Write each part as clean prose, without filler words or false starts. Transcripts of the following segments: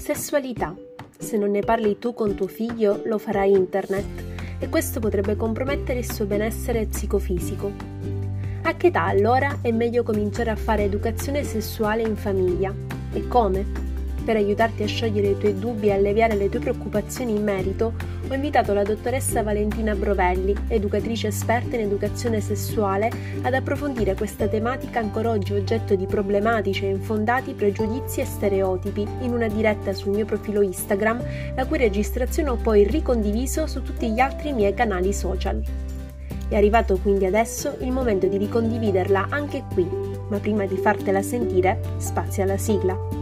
Sessualità. Se non ne parli tu con tuo figlio, lo farà internet e questo potrebbe compromettere il suo benessere psicofisico. A che età allora è meglio cominciare a fare educazione sessuale in famiglia? E come? Per aiutarti a sciogliere i tuoi dubbi e alleviare le tue preoccupazioni in merito, ho invitato la dottoressa Valentina Brovelli, educatrice esperta in educazione sessuale, ad approfondire questa tematica ancora oggi oggetto di problematici e infondati pregiudizi e stereotipi in una diretta sul mio profilo Instagram, la cui registrazione ho poi ricondiviso su tutti gli altri miei canali social. È arrivato quindi adesso il momento di ricondividerla anche qui, ma prima di fartela sentire, spazio alla sigla.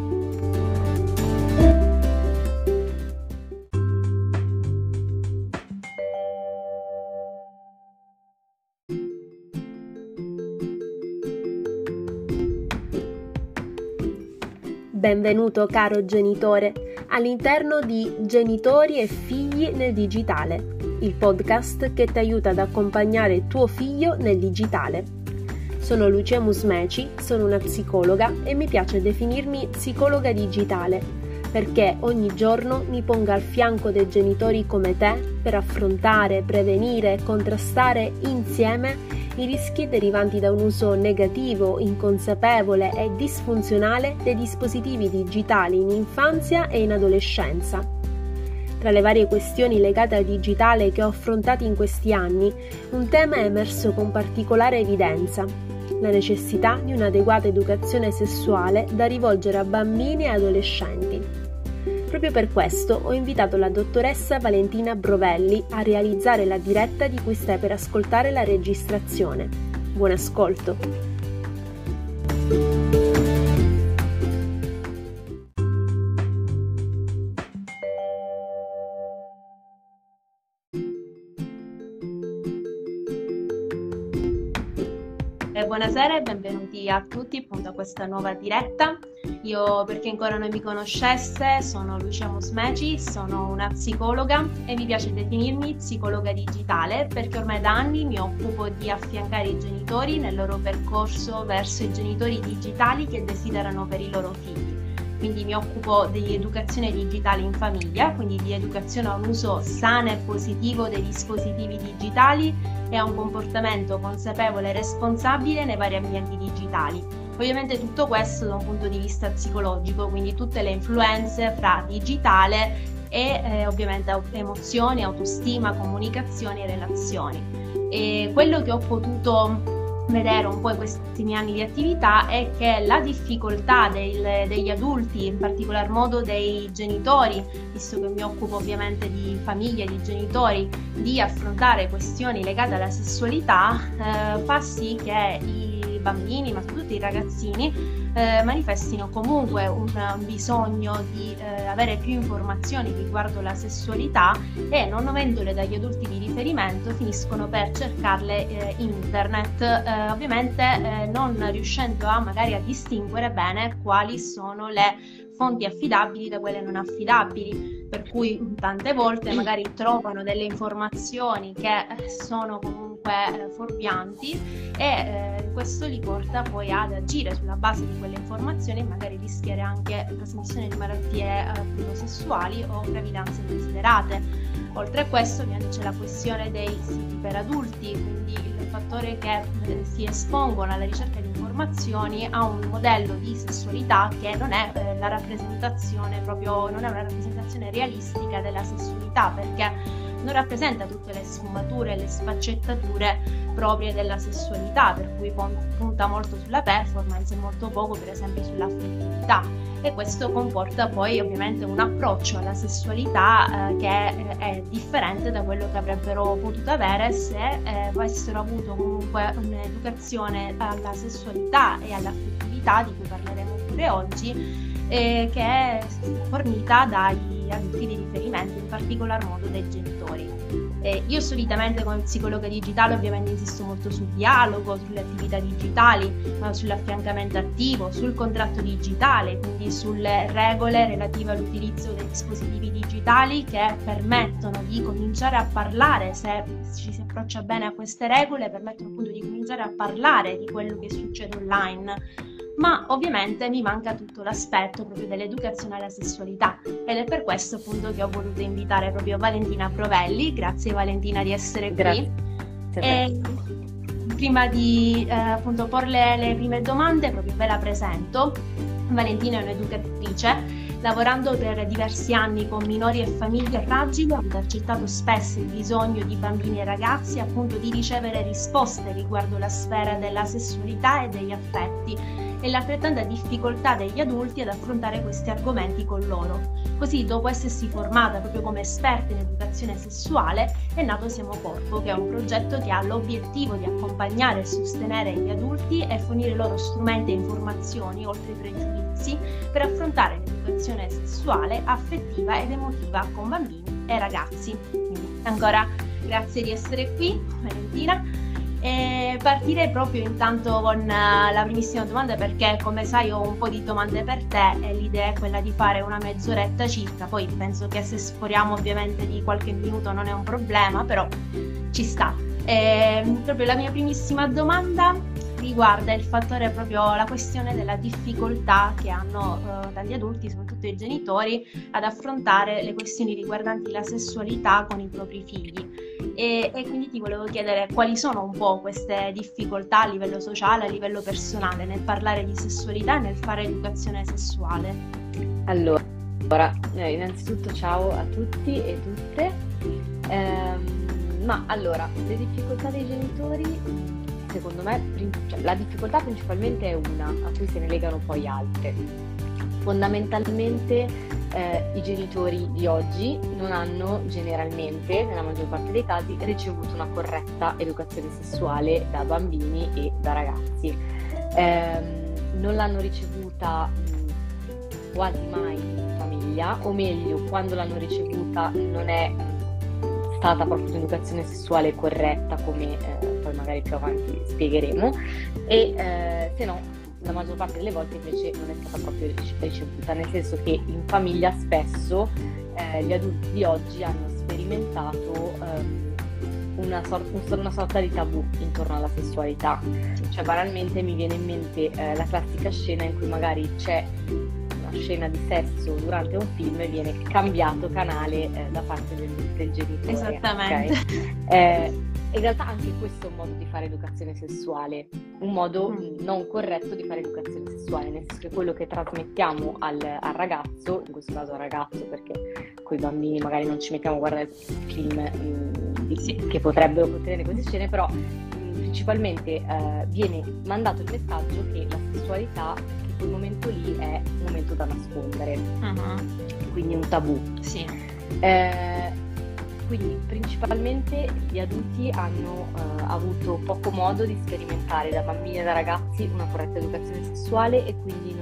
Benvenuto caro genitore all'interno di Genitori e figli nel digitale, il podcast che ti aiuta ad accompagnare tuo figlio nel digitale. Sono Lucia Musmeci, sono una psicologa e mi piace definirmi psicologa digitale perché ogni giorno mi pongo al fianco dei genitori come te per affrontare, prevenire e contrastare insieme i rischi derivanti da un uso negativo, inconsapevole e disfunzionale dei dispositivi digitali in infanzia e in adolescenza. Tra le varie questioni legate al digitale che ho affrontato in questi anni, un tema è emerso con particolare evidenza: la necessità di un'adeguata educazione sessuale da rivolgere a bambini e adolescenti. Proprio per questo ho invitato la dottoressa Valentina Brovelli a realizzare la diretta di cui stai per ascoltare la registrazione. Buon ascolto! Buonasera e benvenuti a tutti appunto a questa nuova diretta. Io, per chi ancora non mi conoscesse, sono Lucia Musmeci, sono una psicologa e mi piace definirmi psicologa digitale perché ormai da anni mi occupo di affiancare i genitori nel loro percorso verso i genitori digitali che desiderano per i loro figli. Quindi mi occupo di educazione digitale in famiglia, quindi di educazione a un uso sano e positivo dei dispositivi digitali e a un comportamento consapevole e responsabile nei vari ambienti digitali. Ovviamente tutto questo da un punto di vista psicologico, quindi tutte le influenze fra digitale e ovviamente emozioni, autostima, comunicazioni e relazioni. E quello che ho potuto vedere un po' in questi miei anni di attività è che la difficoltà degli adulti, in particolar modo dei genitori, visto che mi occupo ovviamente di famiglie, di genitori, di affrontare questioni legate alla sessualità, fa sì che i bambini, ma soprattutto i ragazzini, manifestino comunque un bisogno di avere più informazioni riguardo la sessualità e, non avendole dagli adulti di riferimento, finiscono per cercarle in internet, ovviamente non riuscendo magari a distinguere bene quali sono le fonti affidabili da quelle non affidabili, per cui tante volte magari trovano delle informazioni che sono comunque fuorvianti e questo li porta poi ad agire sulla base di quelle informazioni e magari rischiare anche la trasmissione di malattie sessuali o gravidanze indesiderate. Oltre a questo ovviamente c'è la questione dei siti per adulti, quindi il fattore che si espongono alla ricerca di informazioni a un modello di sessualità che non è la rappresentazione non è una rappresentazione realistica della sessualità, perché non rappresenta tutte le sfumature e le sfaccettature proprie della sessualità, per cui punta molto sulla performance e molto poco per esempio sull'affettività, e questo comporta poi ovviamente un approccio alla sessualità che è differente da quello che avrebbero potuto avere se avessero avuto comunque un'educazione alla sessualità e all'affettività, di cui parleremo pure oggi, che è fornita dagli adulti di riferimento, in particolar modo dai genitori. Io solitamente come psicologa digitale ovviamente insisto molto sul dialogo, sulle attività digitali, sull'affiancamento attivo, sul contratto digitale, quindi sulle regole relative all'utilizzo dei dispositivi digitali che permettono di cominciare a parlare, se ci si approccia bene a queste regole, permettono appunto di cominciare a parlare di quello che succede online, ma ovviamente mi manca tutto l'aspetto proprio dell'educazione alla sessualità, ed è per questo appunto che ho voluto invitare proprio Valentina Provelli. Grazie Valentina di essere Grazie qui. a te. E prima di appunto porle le prime domande, proprio ve la presento. Valentina è un'educatrice. Lavorando per diversi anni con minori e famiglie fragili, ha intercettato spesso il bisogno di bambini e ragazzi appunto di ricevere risposte riguardo la sfera della sessualità e degli affetti, e l'altrettanta difficoltà degli adulti ad affrontare questi argomenti con loro. Così, dopo essersi formata proprio come esperta in educazione sessuale, è nato Siamo Corpo, che è un progetto che ha l'obiettivo di accompagnare e sostenere gli adulti e fornire loro strumenti e informazioni, oltre ai pregiudizi, per affrontare l'educazione sessuale, affettiva ed emotiva con bambini e ragazzi. Quindi ancora grazie di essere qui, Valentina. E partirei proprio intanto con la primissima domanda, perché come sai ho un po' di domande per te e l'idea è quella di fare una mezz'oretta circa. Poi penso che se sforiamo ovviamente di qualche minuto non è un problema, però ci sta. Proprio la mia primissima domanda riguarda il fattore, proprio la questione della difficoltà che hanno tanti adulti, soprattutto i genitori, ad affrontare le questioni riguardanti la sessualità con i propri figli. E quindi ti volevo chiedere quali sono un po' queste difficoltà a livello sociale, a livello personale, nel parlare di sessualità e nel fare educazione sessuale. Allora, innanzitutto ciao a tutti e tutte. Ma allora, le difficoltà dei genitori, secondo me, la difficoltà principalmente è una, a cui se ne legano poi altre. Fondamentalmente i genitori di oggi non hanno generalmente, nella maggior parte dei casi, ricevuto una corretta educazione sessuale da bambini e da ragazzi. Non l'hanno ricevuta quasi mai in famiglia, o meglio, quando l'hanno ricevuta non è stata proprio un'educazione sessuale corretta, come poi magari più avanti spiegheremo, e se no la maggior parte delle volte invece non è stata proprio ricevuta, nel senso che in famiglia spesso gli adulti di oggi hanno sperimentato una sorta di tabù intorno alla sessualità. Cioè, banalmente mi viene in mente la classica scena in cui magari c'è una scena di sesso durante un film e viene cambiato canale da parte del genitore. Esattamente. Okay? In realtà anche questo è un modo di fare educazione sessuale, un modo non corretto di fare educazione sessuale, nel senso che quello che trasmettiamo al ragazzo, in questo caso al ragazzo, perché con i bambini magari non ci mettiamo a guardare film che potrebbero contenere queste scene, però principalmente viene mandato il messaggio che la sessualità, che quel momento lì è un momento da nascondere, quindi un tabù. Sì. Quindi principalmente gli adulti hanno avuto poco modo di sperimentare da bambini e da ragazzi una corretta educazione sessuale, e quindi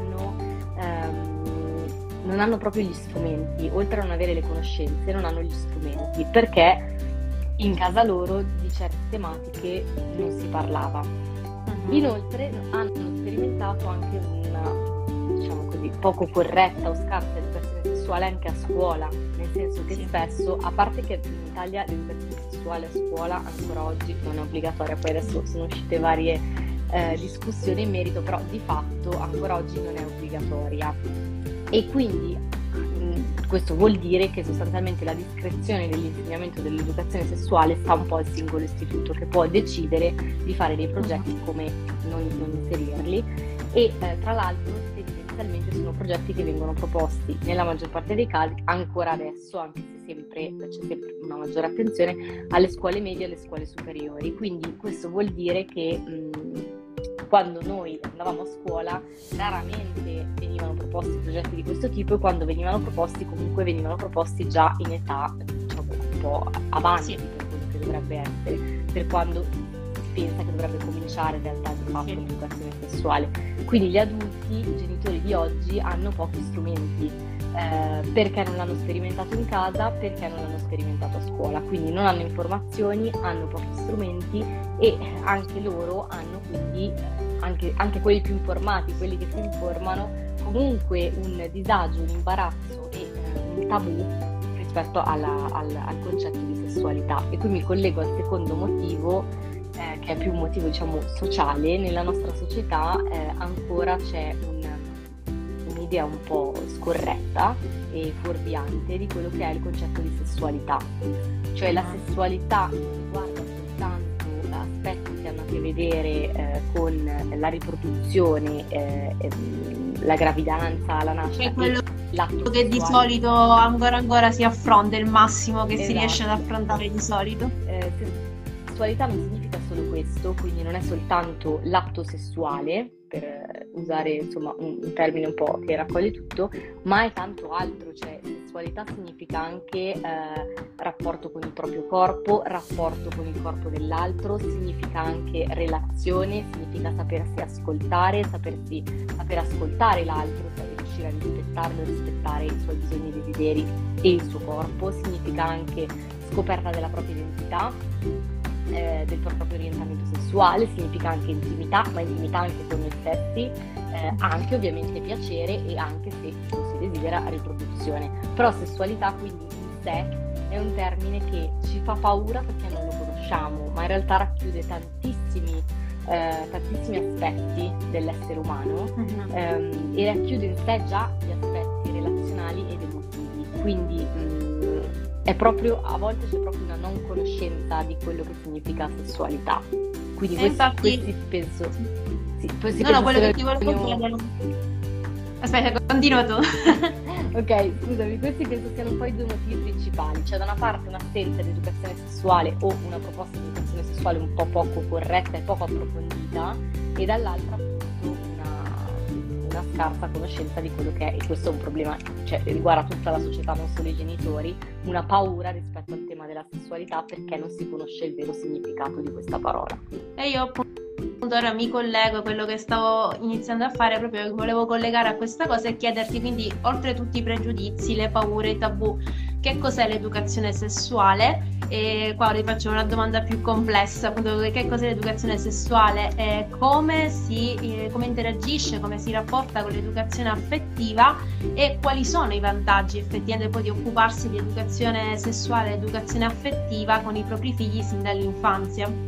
non hanno proprio gli strumenti, oltre a non avere le conoscenze, non hanno gli strumenti, perché in casa loro di certe tematiche non si parlava. Inoltre hanno sperimentato anche una, diciamo così, poco corretta o scarsa educazione sessuale anche a scuola, nel senso che spesso, a parte che in Italia l'educazione sessuale a scuola ancora oggi non è obbligatoria, poi adesso sono uscite varie discussioni in merito, però di fatto ancora oggi non è obbligatoria, e quindi questo vuol dire che sostanzialmente la discrezione dell'insegnamento dell'educazione sessuale sta un po' al singolo istituto, che può decidere di fare dei progetti come non inserirli, e tra l'altro tendenzialmente sono progetti che vengono proposti nella maggior parte dei casi ancora adesso, anche se c'è sempre una maggiore attenzione, alle scuole medie e alle scuole superiori. Quindi questo vuol dire che quando noi andavamo a scuola raramente venivano proposti progetti di questo tipo, e quando venivano proposti comunque venivano proposti già in età, diciamo, un po' avanti per quello che dovrebbe essere, per quando si pensa che dovrebbe cominciare in realtà di fatto l'educazione sessuale. Quindi gli adulti, i genitori di oggi hanno pochi strumenti, perché non l'hanno sperimentato in casa, perché non l'hanno sperimentato a scuola, quindi non hanno informazioni, hanno pochi strumenti, e anche loro hanno quindi, anche quelli più informati, quelli che si informano, comunque un disagio, un imbarazzo e un tabù rispetto al concetto di sessualità. E qui mi collego al secondo motivo, che è più un motivo, diciamo, sociale, nella nostra società ancora c'è un'idea un po' scorretta e fuorviante di quello che è il concetto di sessualità. Cioè la sessualità riguarda soltanto aspetti che hanno a che vedere con la riproduzione, la gravidanza, la nascita, Cioè quello l'atto che di sessuale. solito ancora si affronta, il massimo che si Esatto. riesce ad affrontare di solito. Sessualità non significa solo questo, quindi non è soltanto l'atto sessuale, per usare insomma un termine un po' che raccoglie tutto, ma è tanto altro. Cioè sessualità significa anche rapporto con il proprio corpo, rapporto con il corpo dell'altro, significa anche relazione, significa sapersi ascoltare, saper ascoltare l'altro, saper riuscire a rispettarlo, rispettare i suoi bisogni e desideri e il suo corpo, significa anche scoperta della propria identità, del proprio orientamento sessuale, significa anche intimità, ma intimità anche con noi stessi, anche ovviamente piacere e anche, se lo si desidera, riproduzione. Però sessualità quindi in sé è un termine che ci fa paura perché non lo conosciamo, ma in realtà racchiude tantissimi aspetti dell'essere umano, e racchiude in sé già gli aspetti relazionali ed emotivi, quindi è proprio, a volte c'è proprio una non conoscenza di quello che significa sessualità. Quindi questi penso quello che ti volevo chiedere. Aspetta, continua tu. Ok, scusami, questi penso siano poi i due motivi principali. C'è da una parte un'assenza di educazione sessuale o una proposta di educazione sessuale un po' poco corretta e poco approfondita, e dall'altra appunto una scarsa conoscenza di quello che è, e questo è un problema, cioè riguarda tutta la società, non solo i genitori, una paura rispetto al tema della sessualità perché non si conosce il vero significato di questa parola. E io appunto ora mi collego a quello che stavo iniziando a fare, proprio che volevo collegare a questa cosa e chiederti, quindi, oltre tutti i pregiudizi, le paure, i tabù, che cos'è l'educazione sessuale? E qua vi faccio una domanda più complessa, appunto, che cos'è l'educazione sessuale e come interagisce, come si rapporta con l'educazione affettiva, e quali sono i vantaggi effettivamente poi di occuparsi di educazione sessuale e educazione affettiva con i propri figli sin dall'infanzia.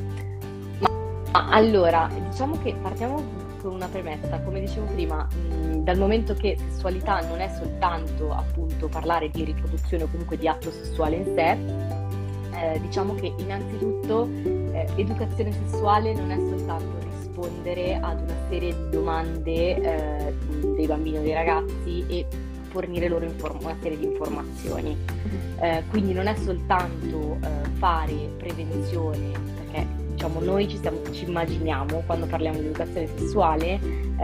Allora, diciamo che partiamo con una premessa, come dicevo prima, dal momento che sessualità non è soltanto appunto parlare di riproduzione o comunque di atto sessuale in sé, diciamo che innanzitutto educazione sessuale non è soltanto rispondere ad una serie di domande dei bambini o dei ragazzi e fornire loro una serie di informazioni, quindi non è soltanto fare prevenzione, perché diciamo noi ci immaginiamo, quando parliamo di educazione sessuale,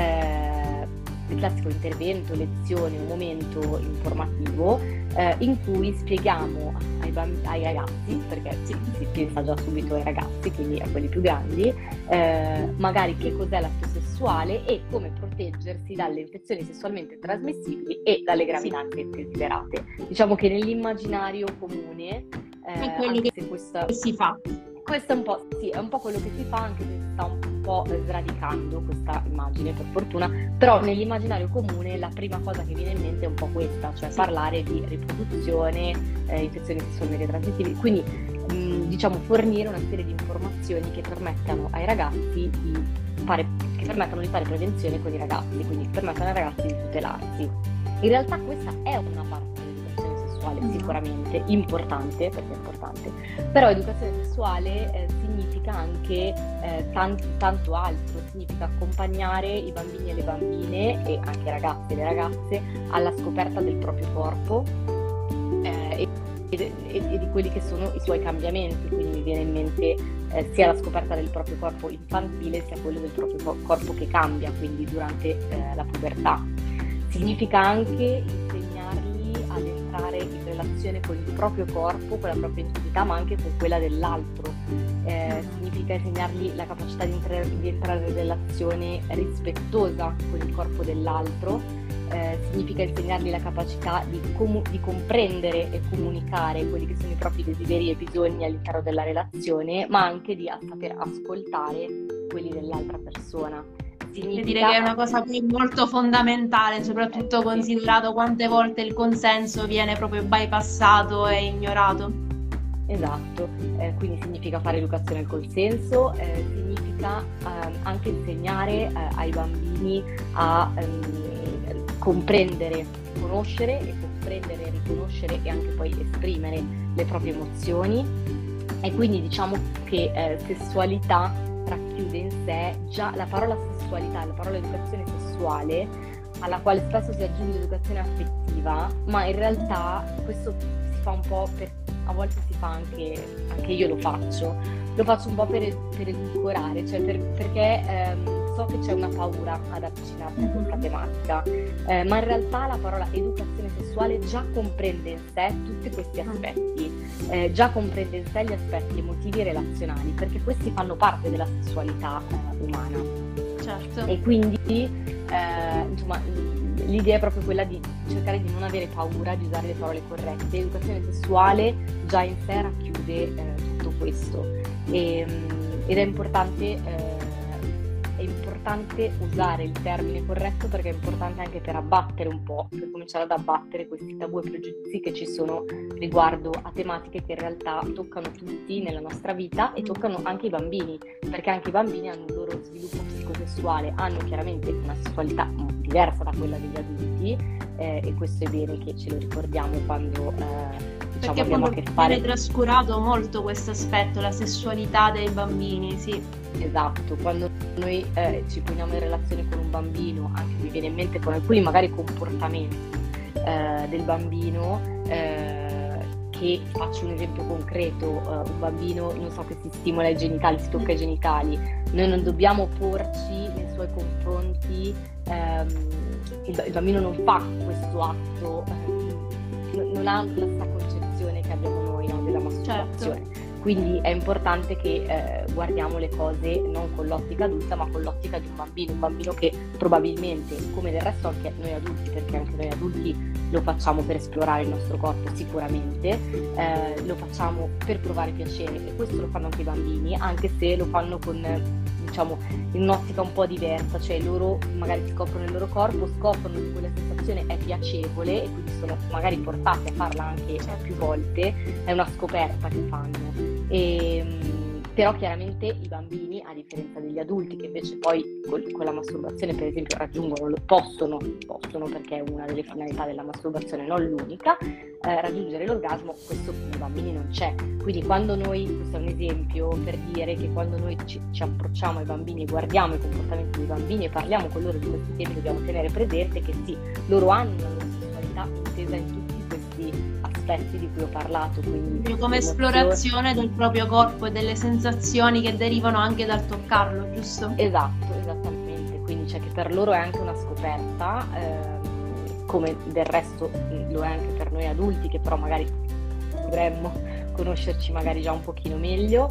il classico intervento, lezione, un momento informativo in cui spieghiamo ai ragazzi, perché si pensa già subito ai ragazzi, quindi a quelli più grandi, magari che cos'è l'atto sessuale e come proteggersi dalle infezioni sessualmente trasmissibili e dalle gravidanze indesiderate. Diciamo che nell'immaginario comune, è quello che si fa. Questo è un po', sì, è un po' quello che si fa, anche se si sta un po' sradicando questa immagine, per fortuna, però nell'immaginario comune la prima cosa che viene in mente è un po' questa, cioè parlare di riproduzione, infezioni sessualmente trasmissibili, quindi diciamo fornire una serie di informazioni che permettano ai ragazzi che permettano di fare prevenzione con i ragazzi, quindi permettono ai ragazzi di tutelarsi. In realtà questa è una parte dell'educazione sessuale, sicuramente importante, perché è importante, però educazione sessuale significa anche tanto altro, significa accompagnare i bambini e le bambine e anche i ragazzi e le ragazze alla scoperta del proprio corpo e di quelli che sono i suoi cambiamenti, quindi mi viene in mente sia la scoperta del proprio corpo infantile sia quello del proprio corpo che cambia, quindi durante la pubertà. Significa anche insegnargli ad entrare in relazione con il proprio corpo, con la propria intimità, ma anche con quella dell'altro. Significa insegnargli la capacità di entrare in relazione rispettosa con il corpo dell'altro. Significa insegnargli la capacità di comprendere e comunicare quelli che sono i propri desideri e bisogni all'interno della relazione, ma anche di saper ascoltare quelli dell'altra persona. Direi che è una cosa molto fondamentale, soprattutto considerato quante volte il consenso viene proprio bypassato e ignorato. Esatto, quindi significa fare educazione al consenso, significa anche insegnare ai bambini a comprendere, conoscere e comprendere, riconoscere e anche poi esprimere le proprie emozioni. E quindi diciamo che sessualità racchiude in sé già la parola sessualità, la parola educazione sessuale, alla quale spesso si aggiunge educazione affettiva, ma in realtà questo si fa un po' a volte si fa anche io lo faccio un po' per edulcorare, cioè perché so che c'è una paura ad avvicinarsi a questa tematica, ma in realtà la parola educazione sessuale già comprende in sé tutti questi aspetti, già comprende in sé gli aspetti emotivi e relazionali, perché questi fanno parte della sessualità umana. Certo. E quindi insomma l'idea è proprio quella di cercare di non avere paura di usare le parole corrette. L'educazione sessuale già in sé racchiude tutto questo ed è importante usare il termine corretto, perché è importante anche per abbattere un po', per cominciare ad abbattere questi tabù e pregiudizi che ci sono riguardo a tematiche che in realtà toccano tutti nella nostra vita e toccano anche i bambini, perché anche i bambini hanno il loro sviluppo psicosessuale, hanno chiaramente una sessualità diversa da quella degli adulti, e questo è bene che ce lo ricordiamo quando perché abbiamo a che fare. Viene trascurato molto questo aspetto, la sessualità dei bambini, sì. Esatto, quando noi ci poniamo in relazione con un bambino, anche mi viene in mente con alcuni magari comportamenti del bambino, che faccio un esempio concreto, un bambino, non so, che si stimola i genitali, si tocca i genitali, noi non dobbiamo porci nei suoi confronti, il bambino non fa questo atto, non ha la stessa concezione che abbiamo noi, no, della masturbazione. Certo. Quindi è importante che guardiamo le cose non con l'ottica adulta, ma con l'ottica di un bambino che probabilmente, come del resto anche noi adulti, perché anche noi adulti lo facciamo per esplorare il nostro corpo sicuramente, lo facciamo per provare piacere, e questo lo fanno anche i bambini, anche se lo fanno con, diciamo, in un'ottica un po' diversa, cioè loro magari scoprono il loro corpo, scoprono che quella sensazione è piacevole e quindi sono magari portati a farla anche più volte, è una scoperta che fanno. Però chiaramente i bambini, a differenza degli adulti che invece poi con la masturbazione per esempio possono perché è una delle finalità della masturbazione, non l'unica, raggiungere l'orgasmo, questo con i bambini non c'è. Quindi quando noi, questo è un esempio per dire che quando noi ci approcciamo ai bambini, guardiamo i comportamenti dei bambini e parliamo con loro di questi temi, dobbiamo tenere presente che sì, loro hanno una loro sessualità intesa in tutti questi aspetti di cui ho parlato, quindi come esplorazione del proprio corpo e delle sensazioni che derivano anche dal toccarlo, giusto? Esatto, esattamente, quindi che per loro è anche una scoperta, come del resto lo è anche per noi adulti, che però magari dovremmo conoscerci magari già un pochino meglio,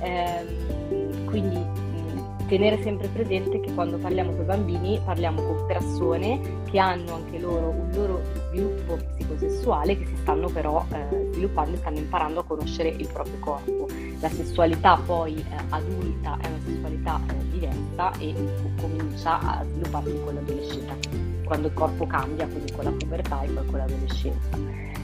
quindi tenere sempre presente che quando parliamo con i bambini parliamo con persone che hanno anche loro un loro sviluppo psicosessuale, che si stanno però sviluppando e stanno imparando a conoscere il proprio corpo. La sessualità poi adulta è una sessualità diversa e comincia a svilupparsi con l'adolescenza, quando il corpo cambia, quindi con la pubertà e poi con l'adolescenza.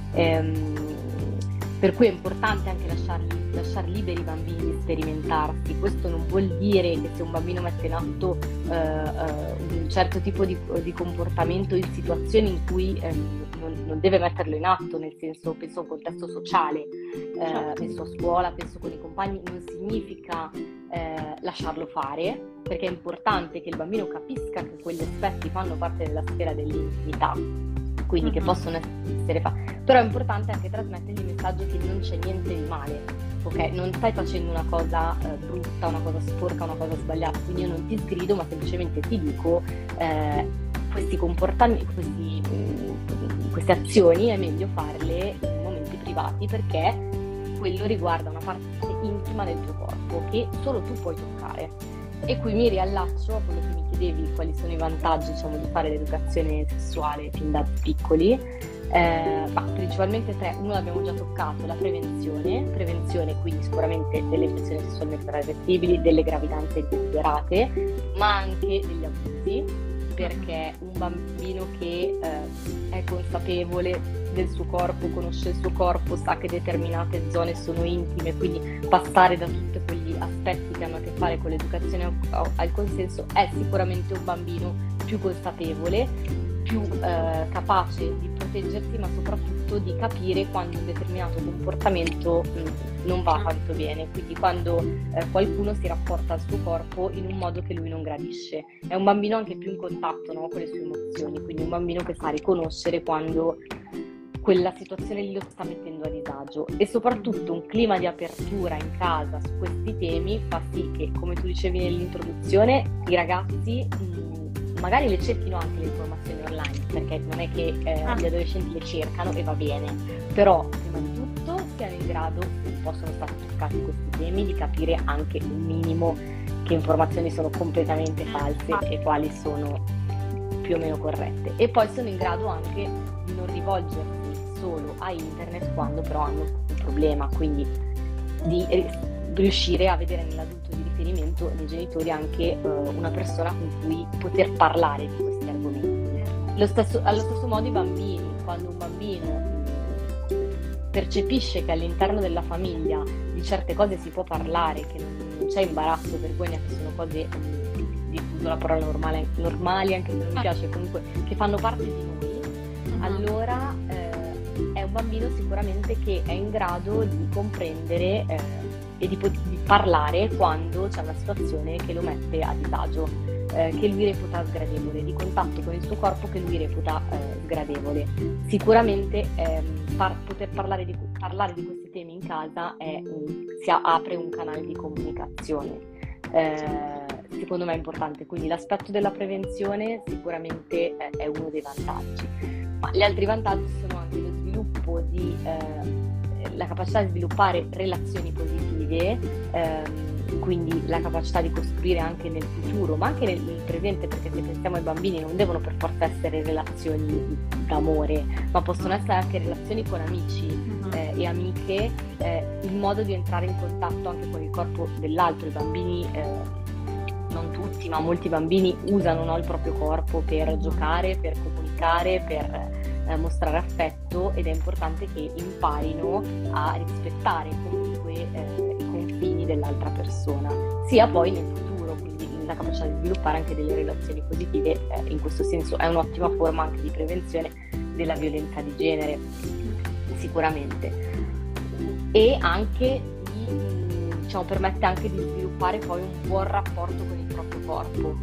Per cui è importante anche lasciar liberi i bambini di sperimentarsi. Questo non vuol dire che se un bambino mette in atto un certo tipo di comportamento in situazioni in cui non deve metterlo in atto, nel senso, penso a un contesto sociale, penso a scuola, penso con i compagni, non significa lasciarlo fare, perché è importante che il bambino capisca che quegli aspetti fanno parte della sfera dell'intimità, quindi che possono essere però è importante anche trasmettergli il messaggio che non c'è niente di male, ok? Non stai facendo una cosa brutta, una cosa sporca, una cosa sbagliata, quindi io non ti sgrido, ma semplicemente ti dico questi comportamenti, queste azioni è meglio farle in momenti privati, perché quello riguarda una parte intima del tuo corpo che solo tu puoi toccare. E qui mi riallaccio a quello che mi chiedevi, quali sono i vantaggi, diciamo, di fare l'educazione sessuale fin da piccoli. Ma principalmente tre. Uno l'abbiamo già toccato, la prevenzione, quindi sicuramente delle infezioni sessualmente trasmissibili, delle gravidanze indesiderate, ma anche degli abusi, perché un bambino che è consapevole del suo corpo, conosce il suo corpo, sa che determinate zone sono intime, quindi passare da tutti quegli aspetti che hanno a che fare con l'educazione al consenso è sicuramente un bambino più consapevole, più capace di proteggersi, ma soprattutto di capire quando un determinato comportamento non va tanto bene, quindi quando qualcuno si rapporta al suo corpo in un modo che lui non gradisce. È un bambino anche più in contatto, no, con le sue emozioni, quindi un bambino che sa riconoscere quando quella situazione lì lo sta mettendo a disagio, e soprattutto un clima di apertura in casa su questi temi fa sì che, come tu dicevi nell'introduzione, i ragazzi magari le cerchino anche le informazioni online, perché non è che gli adolescenti le cercano e va bene, però prima di tutto siano in grado, possono stare toccati questi temi, di capire anche un minimo che informazioni sono completamente false e quali sono più o meno corrette, e poi sono in grado anche di non rivolgersi solo a internet quando però hanno un problema, quindi di riuscire a vedere nell'adulto di riferimento, nei genitori, anche una persona con cui poter parlare di questi argomenti. Allo stesso modo i bambini, quando un bambino percepisce che all'interno della famiglia di certe cose si può parlare, che non c'è imbarazzo, vergogna, che sono cose, uso la parola normali, anche se non mi piace, comunque che fanno parte di noi, allora è un bambino sicuramente che è in grado di comprendere e di parlare quando c'è una situazione che lo mette a disagio, che lui reputa sgradevole, di contatto con il suo corpo che lui reputa sgradevole. Sicuramente poter parlare di questi temi in casa si apre un canale di comunicazione, secondo me è importante, quindi l'aspetto della prevenzione sicuramente è uno dei vantaggi, ma gli altri vantaggi sono anche lo sviluppo di la capacità di sviluppare relazioni positive, quindi la capacità di costruire anche nel futuro, ma anche nel presente, perché se pensiamo ai bambini non devono per forza essere relazioni d'amore, ma possono essere anche relazioni con amici e amiche, il modo di entrare in contatto anche con il corpo dell'altro. I bambini, non tutti, ma molti bambini usano, no, il proprio corpo per giocare, per comunicare, per mostrare affetto, ed è importante che imparino a rispettare comunque i confini dell'altra persona, sia poi nel futuro, quindi la capacità di sviluppare anche delle relazioni positive, in questo senso è un'ottima forma anche di prevenzione della violenza di genere, sicuramente, e anche permette anche di sviluppare poi un buon rapporto con il proprio corpo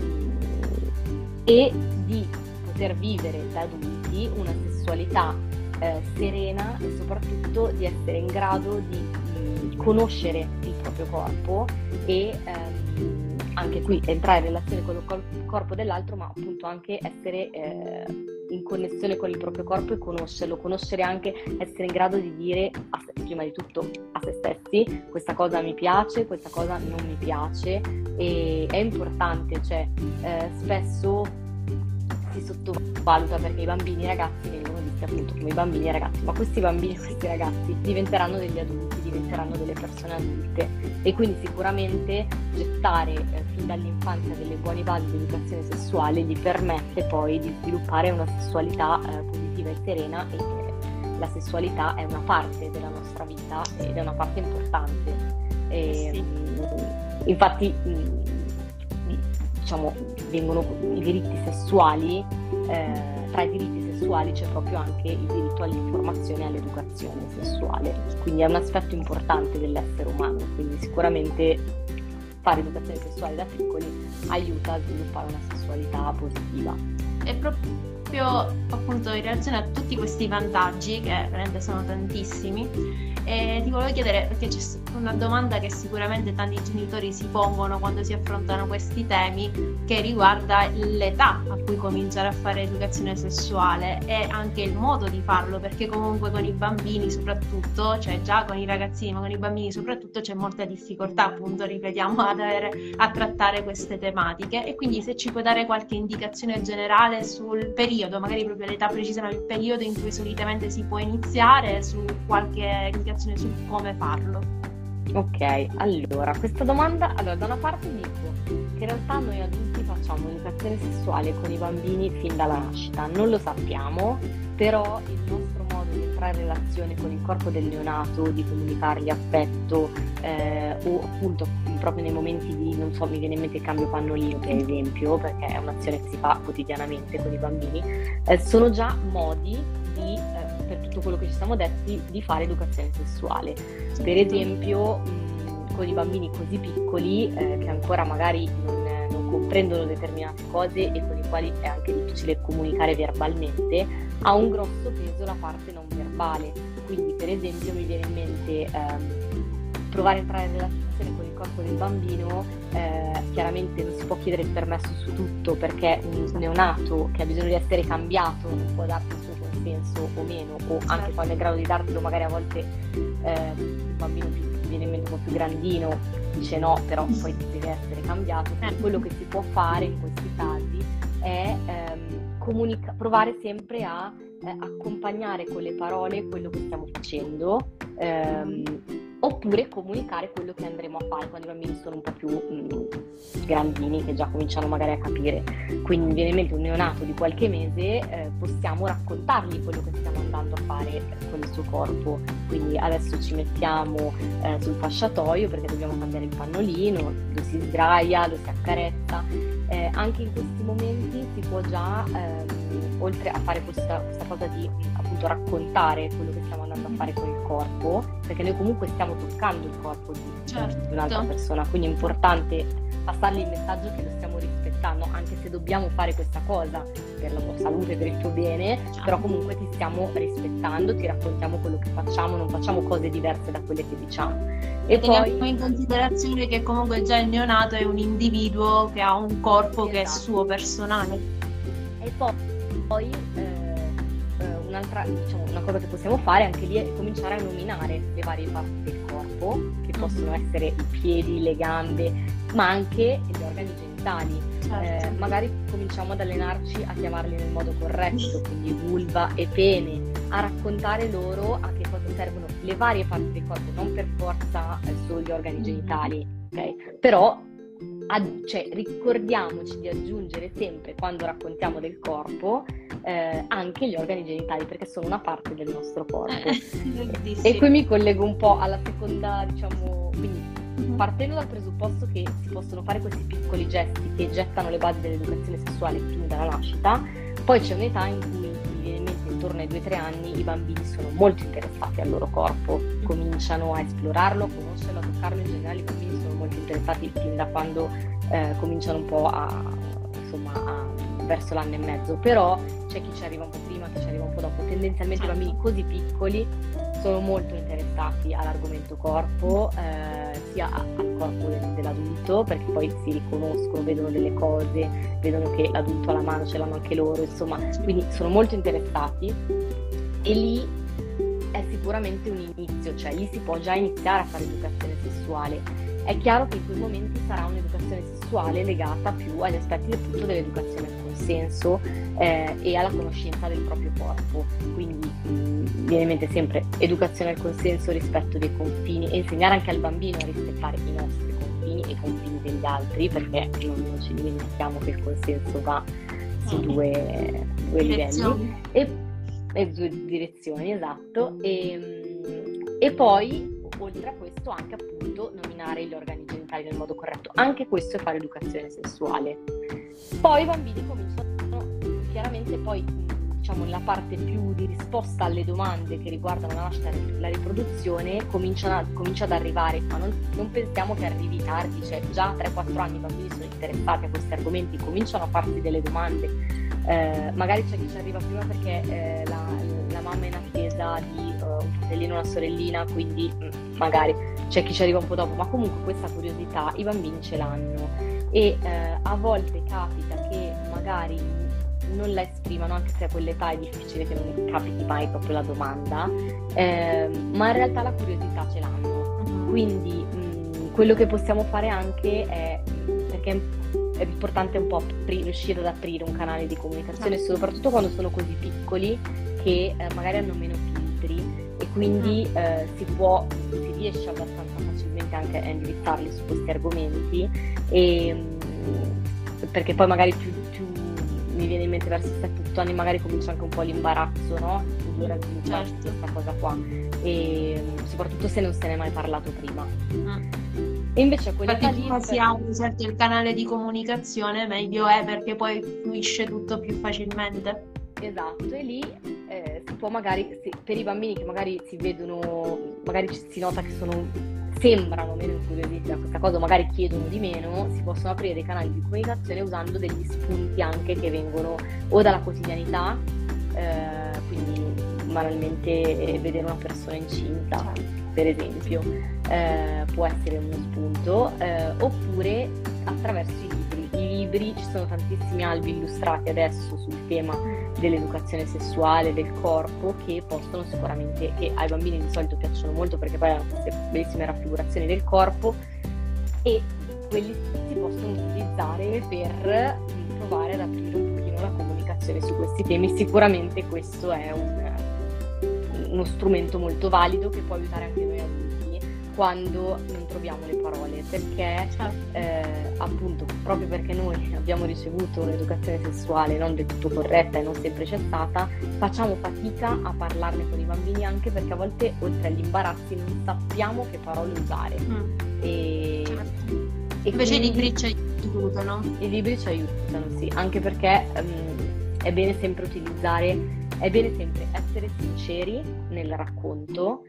e di poter vivere da adulti una sessualità serena, e soprattutto di essere in grado di conoscere il proprio corpo e anche qui entrare in relazione con il corpo dell'altro, ma appunto anche essere in connessione con il proprio corpo e conoscere anche, essere in grado di dire prima di tutto a se stessi: questa cosa mi piace, questa cosa non mi piace. E è importante, spesso si sottovaluta, perché i bambini e i ragazzi vengono visti appunto come i bambini e i ragazzi, ma questi bambini e questi ragazzi diventeranno degli adulti, diventeranno delle persone adulte, e quindi sicuramente gettare fin dall'infanzia delle buone basi di educazione sessuale gli permette poi di sviluppare una sessualità positiva e serena, e la sessualità è una parte della nostra vita ed è una parte importante. Infatti vengono i diritti sessuali, tra i diritti sessuali c'è proprio anche il diritto all'informazione e all'educazione sessuale, quindi è un aspetto importante dell'essere umano, quindi sicuramente fare educazione sessuale da piccoli aiuta a sviluppare una sessualità positiva. E proprio appunto in relazione a tutti questi vantaggi, che veramente sono tantissimi, ti volevo chiedere, perché c'è una domanda che sicuramente tanti genitori si pongono quando si affrontano questi temi, che riguarda l'età a cui cominciare a fare educazione sessuale e anche il modo di farlo, perché comunque con i bambini soprattutto, già con i ragazzini, ma con i bambini soprattutto c'è molta difficoltà, appunto, ripetiamo, a trattare queste tematiche. E quindi se ci puoi dare qualche indicazione generale sul periodo, magari proprio l'età precisa, ma il periodo in cui solitamente si può iniziare, su qualche indicazione su come farlo. Ok, allora, questa domanda, allora, da una parte dico che in realtà noi adulti facciamo educazione sessuale con i bambini fin dalla nascita, non lo sappiamo, però il nostro modo di entrare in relazione con il corpo del neonato, di comunicargli affetto, o appunto proprio nei momenti di, non so, mi viene in mente il cambio pannolino per esempio, perché è un'azione che si fa quotidianamente con i bambini, sono già modi di, per tutto quello che ci siamo detti, di fare educazione sessuale. Per esempio, con i bambini così piccoli che ancora magari non comprendono determinate cose e con i quali è anche difficile comunicare verbalmente, ha un grosso peso la parte non verbale. Quindi, per esempio, mi viene in mente provare a entrare in relazione con il corpo del bambino. Chiaramente non si può chiedere il permesso su tutto, perché un neonato che ha bisogno di essere cambiato non può darti il suo consenso o meno, o anche quando è in grado di dartelo, magari a volte un bambino viene in mente un po' più grandino, dice no, però poi deve essere cambiato. Quindi quello che si può fare in questi casi è provare sempre a accompagnare con le parole quello che stiamo facendo, oppure comunicare quello che andremo a fare quando i bambini sono un po' più grandini, che già cominciano magari a capire. Quindi mi viene in mente un neonato di qualche mese, possiamo raccontargli quello che stiamo andando a fare con il suo corpo. Quindi adesso ci mettiamo sul fasciatoio perché dobbiamo cambiare il pannolino, lo si sdraia, lo si accarezza. Anche in questi momenti si può già, oltre a fare questa cosa di appunto raccontare quello che stiamo andando a fare con il corpo, perché noi comunque stiamo toccando il corpo di un'altra persona, quindi è importante passargli il messaggio che lo stiamo rispettando, anche se dobbiamo fare questa cosa per la tua salute, per il tuo bene, però comunque ti stiamo rispettando, ti raccontiamo quello che facciamo, non facciamo cose diverse da quelle che diciamo. E teniamo in considerazione che comunque già il neonato è un individuo che ha un corpo che è suo, personale. E poi un'altra, diciamo, una cosa che possiamo fare anche lì è cominciare a nominare le varie parti del corpo, che possono essere i piedi, le gambe, ma anche gli organi genitali. Certo. Magari cominciamo ad allenarci a chiamarli nel modo corretto, quindi vulva e pene, a raccontare loro a che cosa servono le varie parti del corpo, non per forza solo gli organi genitali, ok? Però ricordiamoci di aggiungere sempre, quando raccontiamo del corpo, anche gli organi genitali, perché sono una parte del nostro corpo. E qui mi collego un po' alla seconda, diciamo, quindi partendo dal presupposto che si possono fare questi piccoli gesti che gettano le basi dell'educazione sessuale fin dalla nascita, poi c'è un'età in cui, mi viene in mente, intorno ai 2-3 anni, i bambini sono molto interessati al loro corpo, cominciano a esplorarlo, a conoscerlo, a toccarlo. In generale i bambini sono molto interessati fin da quando cominciano un po' verso l'anno e mezzo, però c'è chi ci arriva un po' prima, chi ci arriva un po' dopo. Tendenzialmente i bambini così piccoli sono molto interessati all'argomento corpo, sia al corpo dell'adulto, perché poi si riconoscono, vedono delle cose, vedono che l'adulto ha la mano, ce l'hanno anche loro, insomma, quindi sono molto interessati, e lì è sicuramente un inizio, cioè lì si può già iniziare a fare educazione sessuale. È chiaro che in quei momenti sarà un'educazione sessuale legata più agli aspetti appunto dell'educazione al consenso e alla conoscenza del proprio corpo. Quindi viene in mente sempre educazione al consenso, rispetto dei confini, e insegnare anche al bambino a rispettare i nostri confini e i confini degli altri, perché non ci dimentichiamo che il consenso va su due livelli e due direzioni, esatto. E poi oltre a questo anche appunto nominare gli organi genitali nel modo corretto, anche questo è fare educazione sessuale. Poi i bambini cominciano chiaramente, poi diciamo nella parte più di risposta alle domande che riguardano la nascita e la riproduzione, comincia ad arrivare, ma non pensiamo che arrivi tardi, cioè già a 3-4 anni i bambini sono interessati a questi argomenti, cominciano a farsi delle domande. Magari c'è chi ci arriva prima perché la mamma è in attesa di un fratellino o una sorellina, quindi magari c'è chi ci arriva un po' dopo, ma comunque questa curiosità i bambini ce l'hanno, e a volte capita che magari non la esprimano, anche se a quell'età è difficile che non capiti mai proprio la domanda, ma in realtà la curiosità ce l'hanno. Quindi quello che possiamo fare anche è, perché è importante un po' riuscire ad aprire un canale di comunicazione, soprattutto quando sono così piccoli che magari hanno meno filtri, e quindi si riesce abbastanza facilmente importante anche è indirizzarli su questi argomenti, e perché poi magari più mi viene in mente verso i 7-8 anni magari comincia anche un po' l'imbarazzo, no? Dura svilupparsi questa cosa qua, e soprattutto se non se ne è mai parlato prima. E invece quella Infatti più si apre certo il canale di comunicazione, meglio è, perché poi fluisce tutto più facilmente. Esatto, e lì si può magari, per i bambini che magari si vedono, magari si nota che sembrano meno incuriositi da questa cosa, magari chiedono di meno, si possono aprire dei canali di comunicazione usando degli spunti anche che vengono o dalla quotidianità, quindi banalmente vedere una persona incinta, per esempio, può essere uno spunto, oppure attraverso i libri. I libri, ci sono tantissimi albi illustrati adesso sul tema dell'educazione sessuale, del corpo, che possono sicuramente, che ai bambini di solito piacciono molto perché poi hanno queste bellissime raffigurazioni del corpo, e quelli si possono utilizzare per provare ad aprire un pochino la comunicazione su questi temi. Sicuramente questo è uno strumento molto valido che può aiutare anche noi adulti quando non troviamo le parole, perché appunto proprio perché noi abbiamo ricevuto un'educazione sessuale non del tutto corretta e non sempre c'è stata, facciamo fatica a parlarne con i bambini, anche perché a volte oltre agli imbarazzi non sappiamo che parole usare. E invece quindi, i libri ci aiutano. I libri ci aiutano, sì, anche perché è bene sempre essere sinceri nel racconto,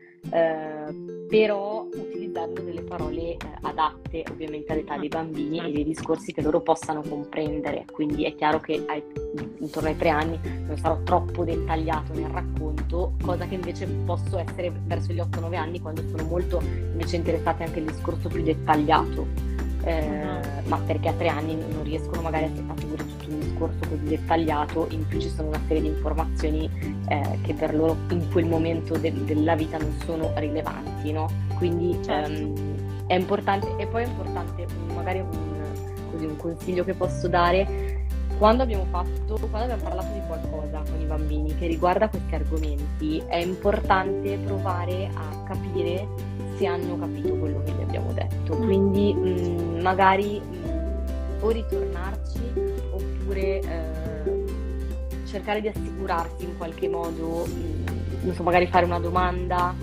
però utilizzando delle parole adatte ovviamente all'età dei bambini e dei discorsi che loro possano comprendere. Quindi è chiaro che intorno ai 3 anni non sarò troppo dettagliato nel racconto, cosa che invece posso essere verso gli 8-9 anni, quando sono molto invece interessati anche al discorso più dettagliato. Ma perché a 3 anni non riescono magari a figurare tutto un discorso così dettagliato, in più ci sono una serie di informazioni che per loro in quel momento della vita non sono rilevanti, no? Quindi è importante. E poi è importante magari un consiglio che posso dare: quando abbiamo parlato di qualcosa con i bambini che riguarda questi argomenti, è importante provare a capire se hanno capito quello che gli abbiamo detto. Quindi magari o ritornarci, oppure cercare di assicurarsi in qualche modo, non so, magari fare una domanda.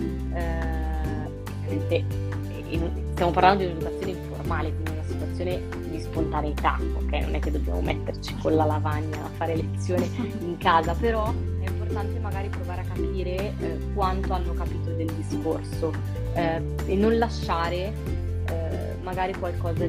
Stiamo parlando di un'educazione informale, quindi una situazione di spontaneità, ok? Non è che dobbiamo metterci con la lavagna a fare lezione in casa, però è importante magari provare a capire quanto hanno capito del discorso, e non lasciare magari qualcosa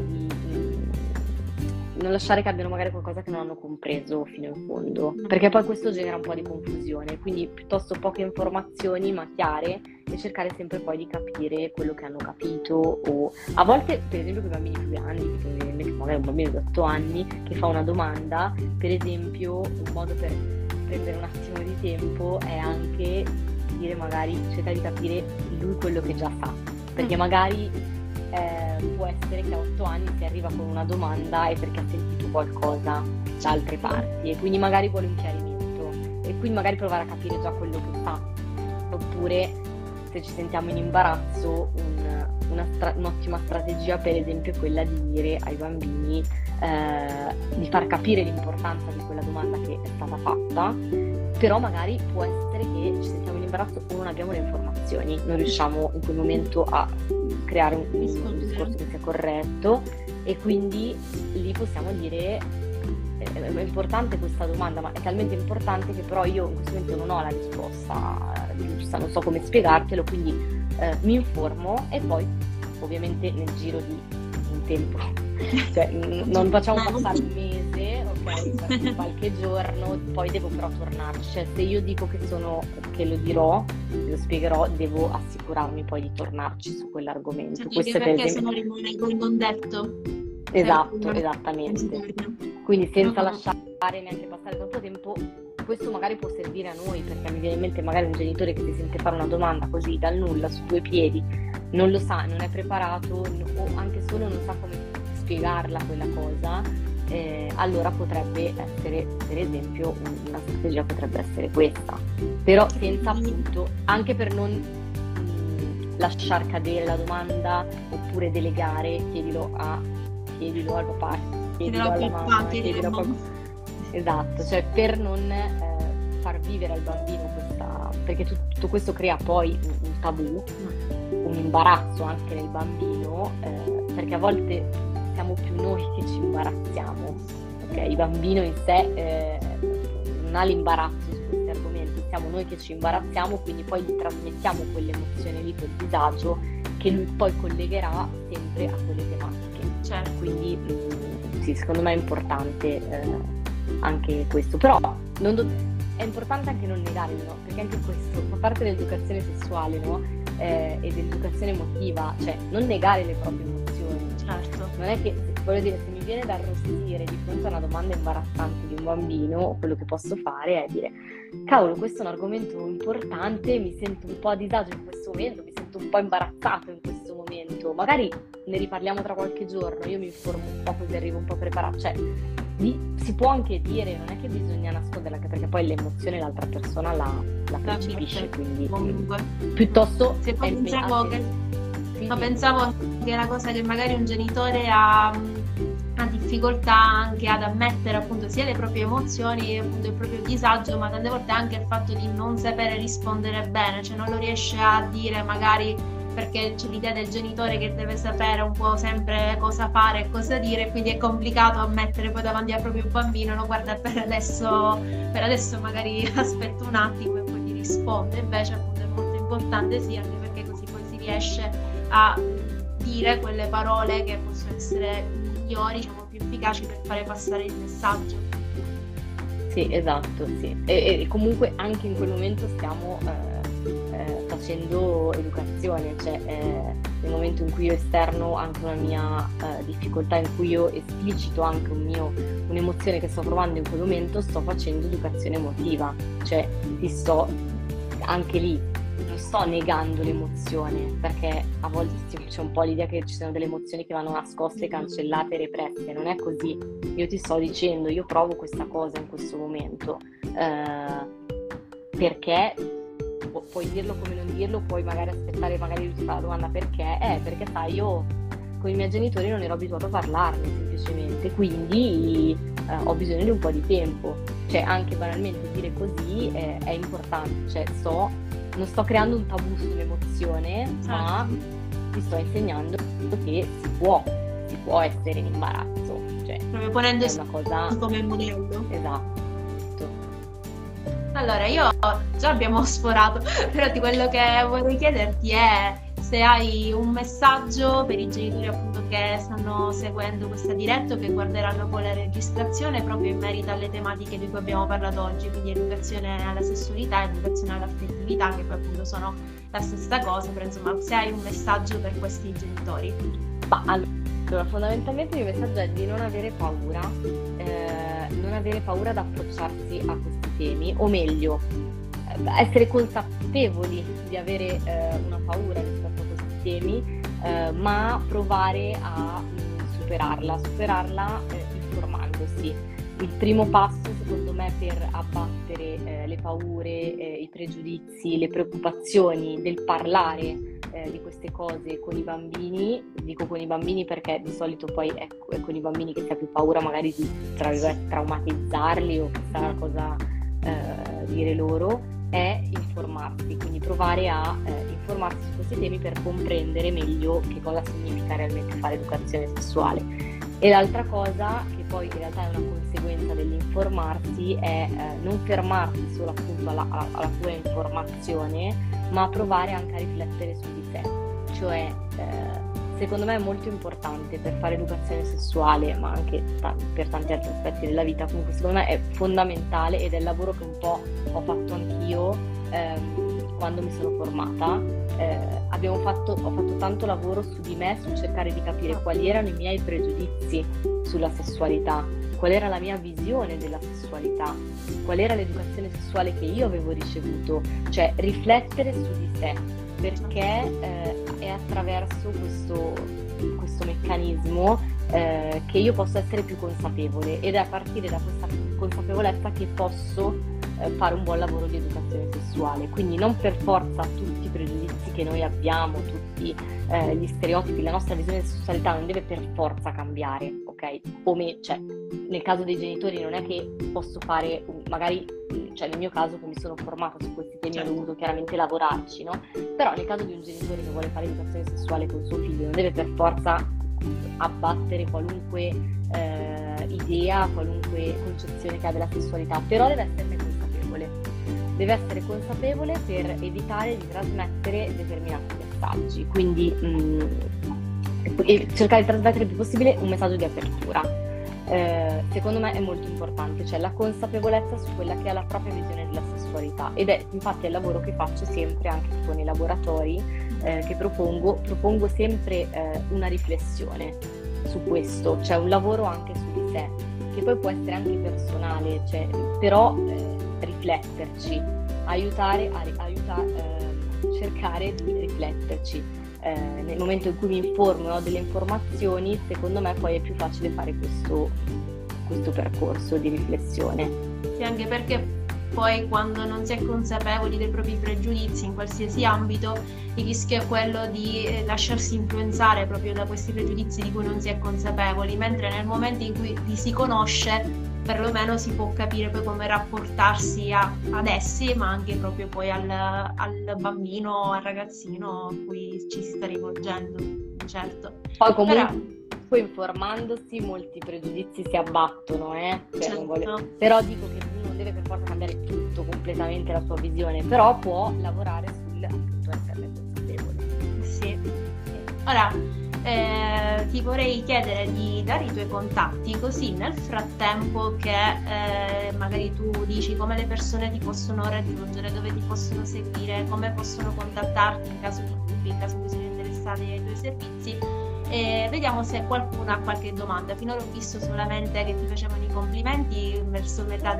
non lasciare che abbiano magari qualcosa che non hanno compreso fino in fondo, perché poi questo genera un po' di confusione. Quindi piuttosto poche informazioni ma chiare, e cercare sempre poi di capire quello che hanno capito. O a volte, per esempio, con i bambini più grandi, che magari un bambino di 8 anni che fa una domanda, per esempio, un modo per prendere un attimo di tempo è anche dire, magari cercare di capire lui quello che già sa, perché magari può essere che a 8 anni si arriva con una domanda e perché ha sentito qualcosa da altre parti, e quindi magari vuole un chiarimento, e quindi magari provare a capire già quello che sa. Oppure, se ci sentiamo in imbarazzo, un'ottima strategia, per esempio, è quella di dire ai bambini, di far capire l'importanza di quella domanda che è stata fatta, però magari può essere che ci sentiamo in imbarazzo o non abbiamo le informazioni, non riusciamo in quel momento a creare un discorso che sia corretto, e quindi lì possiamo dire: è importante questa domanda, ma è talmente importante che però io in questo momento non ho la risposta giusta, non so come spiegartelo, quindi mi informo, e poi ovviamente nel giro di un tempo, cioè non facciamo passare un mese, ok, qualche giorno, poi devo però tornarci. Cioè, se io dico che lo dirò, lo spiegherò, devo assicurarmi poi di tornarci su quell'argomento. Questo perché se no rimane col non detto. Esatto, esattamente. Quindi senza lasciare neanche passare troppo tempo. Questo magari può servire a noi, perché mi viene in mente magari un genitore che si sente fare una domanda così dal nulla, su 2 piedi, non lo sa, non è preparato, o anche solo non sa come spiegarla quella cosa. Allora potrebbe essere, per esempio, una strategia potrebbe essere questa, però senza, appunto, anche per non lasciar cadere la domanda, oppure oppure delegare, chiedilo al papà, chiedilo alla mamma, chiedilo a qualcuno. Esatto, cioè per non far vivere al bambino perché tutto questo crea poi un tabù, un imbarazzo anche nel bambino, perché a volte siamo più noi che ci imbarazziamo, ok? Il bambino in sé non ha l'imbarazzo su questi argomenti, siamo noi che ci imbarazziamo, quindi poi gli trasmettiamo quell'emozione lì, quel disagio, che lui poi collegherà sempre a quelle tematiche. Certo. Quindi sì, secondo me è importante anche questo, però è importante anche non negare, no? Perché anche questo fa parte dell'educazione sessuale, no? E dell'educazione emotiva, cioè non negare le proprie emozioni. Certo. Non è che, voglio dire, se mi viene da arrossire di fronte a una domanda imbarazzante di un bambino, quello che posso fare è dire: cavolo, questo è un argomento importante, mi sento un po' a disagio in questo momento, mi sento un po' imbarazzato in questo momento, magari ne riparliamo tra qualche giorno, io mi informo un po' così arrivo un po' preparato, cioè si può anche dire, non è che bisogna nasconderla, anche perché poi l'emozione l'altra persona la percepisce, quindi piuttosto pensavo che è una cosa che magari un genitore ha difficoltà anche ad ammettere, appunto, sia le proprie emozioni, appunto il proprio disagio, ma tante volte anche il fatto di non sapere rispondere bene, cioè non lo riesce a dire magari perché c'è l'idea del genitore che deve sapere un po' sempre cosa fare e cosa dire, quindi è complicato ammettere poi davanti al proprio bambino: no, guarda, per adesso magari aspetto un attimo e poi ti risponde. Invece appunto è molto importante, sì, anche perché così poi si riesce a dire quelle parole che possono essere migliori, diciamo più efficaci per fare passare il messaggio. Sì, esatto, sì. E comunque anche in quel momento stiamo facendo educazione, cioè nel momento in cui io esterno anche una mia difficoltà, in cui io esplicito anche un'emozione che sto provando in quel momento, sto facendo educazione emotiva, cioè anche lì non sto negando l'emozione, perché a volte c'è un po' l'idea che ci siano delle emozioni che vanno nascoste, cancellate, represse. Non è così. Io ti sto dicendo, io provo questa cosa in questo momento, perché puoi dirlo come non dirlo, puoi magari aspettare, magari lui ti fa la domanda perché, perché sai, io con i miei genitori non ero abituato a parlarne semplicemente, quindi ho bisogno di un po' di tempo. Cioè anche banalmente dire così è importante, cioè non sto creando un tabù sull'emozione, ma ti sto insegnando che si può essere in imbarazzo, cioè proprio ponendo una cosa come modello. Esatto. Allora, io già abbiamo sforato, però di quello che vorrei chiederti è se hai un messaggio per i genitori appunto che stanno seguendo questa diretta o che guarderanno poi la registrazione proprio in merito alle tematiche di cui abbiamo parlato oggi, quindi educazione alla sessualità, educazione all'affettività, che poi appunto sono la stessa cosa, però insomma se hai un messaggio per questi genitori. Allora, fondamentalmente il messaggio è di non avere paura ad approcciarsi a questi temi, o meglio, essere consapevoli di avere una paura rispetto a questi temi, ma provare a superarla informandosi. Il primo passo, secondo me, per abbattere le paure, i pregiudizi, le preoccupazioni del parlare di queste cose con i bambini, dico con i bambini perché di solito poi è con i bambini che si ha più paura magari di, tra virgolette, traumatizzarli o chissà cosa dire loro, è informarsi, quindi provare a informarsi su questi temi per comprendere meglio che cosa significa realmente fare educazione sessuale. E l'altra cosa, che poi in realtà è una conseguenza dell'informarsi, è non fermarsi solo appunto alla pura informazione, ma provare anche a riflettere su di sé. Cioè, secondo me è molto importante per fare educazione sessuale, ma anche per tanti altri aspetti della vita, comunque secondo me è fondamentale, ed è il lavoro che un po' ho fatto anch'io quando mi sono formata. Ho fatto tanto lavoro su di me, su cercare di capire quali erano i miei pregiudizi sulla sessualità, qual era la mia visione della sessualità, qual era l'educazione sessuale che io avevo ricevuto, cioè riflettere su di sé, perché è attraverso questo meccanismo che io posso essere più consapevole, ed è a partire da questa consapevolezza che posso fare un buon lavoro di educazione sessuale. Quindi non per forza tutti i pregiudizi che noi abbiamo, tutti gli stereotipi, la nostra visione di sessualità non deve per forza cambiare, ok? Cioè, nel caso dei genitori non è che posso fare, magari, cioè nel mio caso che mi sono formata su questi temi ho dovuto chiaramente lavorarci, no? Però nel caso di un genitore che vuole fare educazione sessuale con suo figlio non deve per forza abbattere qualunque idea, qualunque concezione che ha della sessualità, però deve esserne consapevole. Deve essere consapevole per evitare di trasmettere determinati messaggi, quindi cercare di trasmettere il più possibile un messaggio di apertura. Secondo me è molto importante, cioè la consapevolezza su quella che è la propria visione della sessualità, ed è infatti il lavoro che faccio sempre anche con i laboratori che propongo sempre una riflessione su questo, cioè un lavoro anche su di sé, che poi può essere anche personale, cioè, però rifletterci, cercare di rifletterci. Nel momento in cui mi informo e ho delle informazioni, secondo me poi è più facile fare questo percorso di riflessione. Sì, anche perché poi quando non si è consapevoli dei propri pregiudizi in qualsiasi ambito, il rischio è quello di lasciarsi influenzare proprio da questi pregiudizi di cui non si è consapevoli, mentre nel momento in cui li si conosce perlomeno si può capire poi come rapportarsi ad essi, ma anche proprio poi al bambino, al ragazzino a cui ci si sta rivolgendo, certo. Poi comunque informandosi molti pregiudizi si abbattono, cioè, certo. Però dico che non deve per forza cambiare tutto, completamente la sua visione, però può lavorare sul appunto esserne consapevole. Sì. Ora ti vorrei chiedere di dare i tuoi contatti, così nel frattempo che magari tu dici come le persone ti possono raggiungere, dove ti possono seguire, come possono contattarti in caso di dubbi, in caso che siano interessati ai tuoi servizi, vediamo se qualcuno ha qualche domanda. Finora ho visto solamente che ti facevano i complimenti verso metà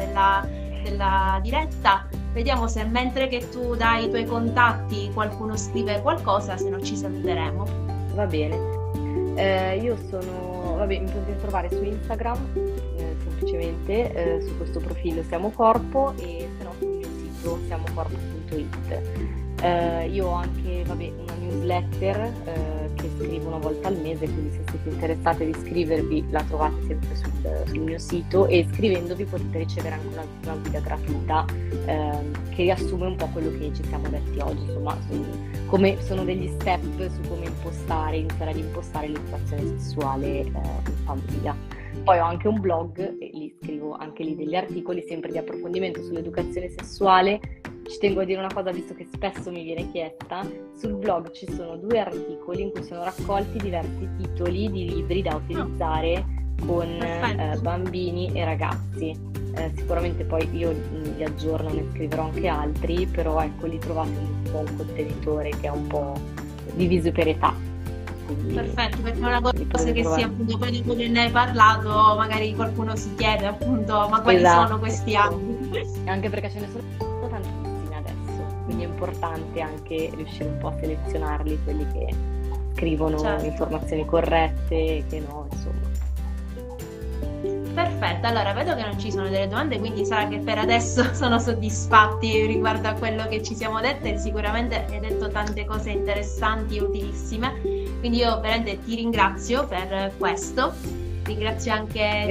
della diretta. Vediamo se mentre che tu dai i tuoi contatti qualcuno scrive qualcosa, se no ci saluteremo. Va bene. Io mi potete trovare su Instagram, semplicemente su questo profilo Siamo Corpo, e se no sul mio sito siamocorpo.it. Io ho anche una newsletter che scrivo una volta al mese, quindi se siete interessati ad iscrivervi la trovate sempre sul mio sito, e iscrivendovi potete ricevere anche una guida gratuita che riassume un po' quello che ci siamo detti oggi, insomma, come sono degli step su come iniziare ad impostare l'educazione sessuale in famiglia. Poi ho anche un blog e lì scrivo anche lì degli articoli sempre di approfondimento sull'educazione sessuale. Ci tengo a dire una cosa, visto che spesso mi viene chiesta: sul blog ci sono 2 articoli in cui sono raccolti diversi titoli di libri da utilizzare con bambini e ragazzi. Sicuramente poi io li aggiorno, ne scriverò anche altri, però ecco, lì trovate un po' un contenitore che è un po' diviso per età. Quindi perfetto, perché è una cosa che sia appunto, poi dopo che ne hai parlato magari qualcuno si chiede appunto ma quali sono questi ambiti. Anche perché ce ne sono tantissimi adesso, quindi è importante anche riuscire un po' a selezionarli, quelli che scrivono informazioni corrette e che no, insomma. Perfetto, allora vedo che non ci sono delle domande, quindi sarà che per adesso sono soddisfatti riguardo a quello che ci siamo dette. Sicuramente hai detto tante cose interessanti e utilissime, quindi io veramente ti ringrazio per questo. Ringrazio anche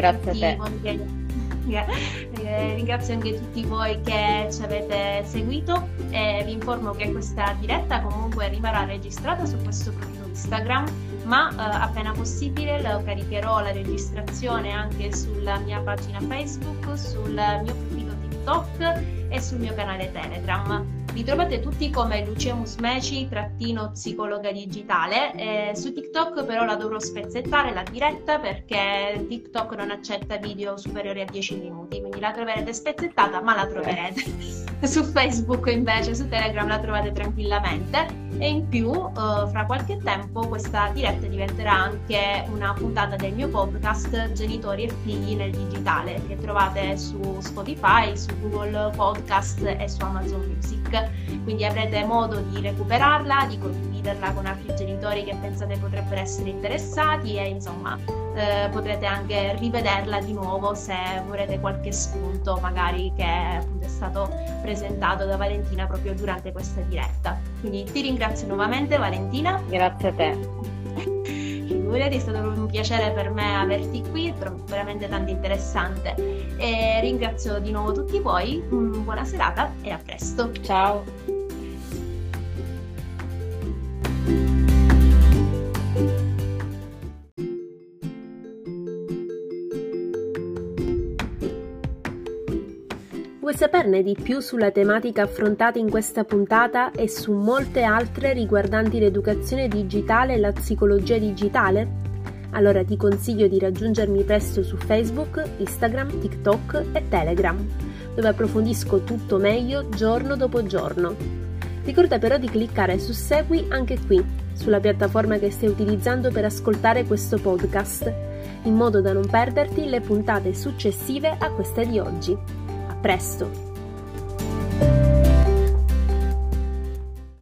ringrazio anche tutti voi che ci avete seguito, e vi informo che questa diretta comunque rimarrà registrata su questo profilo Instagram, ma appena possibile lo caricherò la registrazione anche sulla mia pagina Facebook, sul mio profilo TikTok e sul mio canale Telegram. Vi trovate tutti come Lucia Musmeci _psicologa digitale. Su TikTok però la dovrò spezzettare la diretta, perché TikTok non accetta video superiori a 10 minuti, quindi la troverete spezzettata, ma la troverete. Su Facebook invece, su Telegram la trovate tranquillamente, e in più fra qualche tempo questa diretta diventerà anche una puntata del mio podcast Genitori e figli nel digitale, che trovate su Spotify, su Google Podcast e su Amazon Music, quindi avrete modo di recuperarla, di condividerla condividerla con altri genitori che pensate potrebbero essere interessati e insomma potrete anche rivederla di nuovo se vorrete qualche spunto magari che appunto è stato presentato da Valentina proprio durante questa diretta. Quindi ti ringrazio nuovamente, Valentina. Grazie a te. Figurati, è stato un piacere per me averti qui, veramente tanto interessante. E ringrazio di nuovo tutti voi, buona serata e a presto. Ciao. Vuoi saperne di più sulla tematica affrontata in questa puntata e su molte altre riguardanti l'educazione digitale e la psicologia digitale? Allora ti consiglio di raggiungermi presto su Facebook, Instagram, TikTok e Telegram, dove approfondisco tutto meglio giorno dopo giorno. Ricorda però di cliccare su Segui anche qui, sulla piattaforma che stai utilizzando per ascoltare questo podcast, in modo da non perderti le puntate successive a questa di oggi. A presto!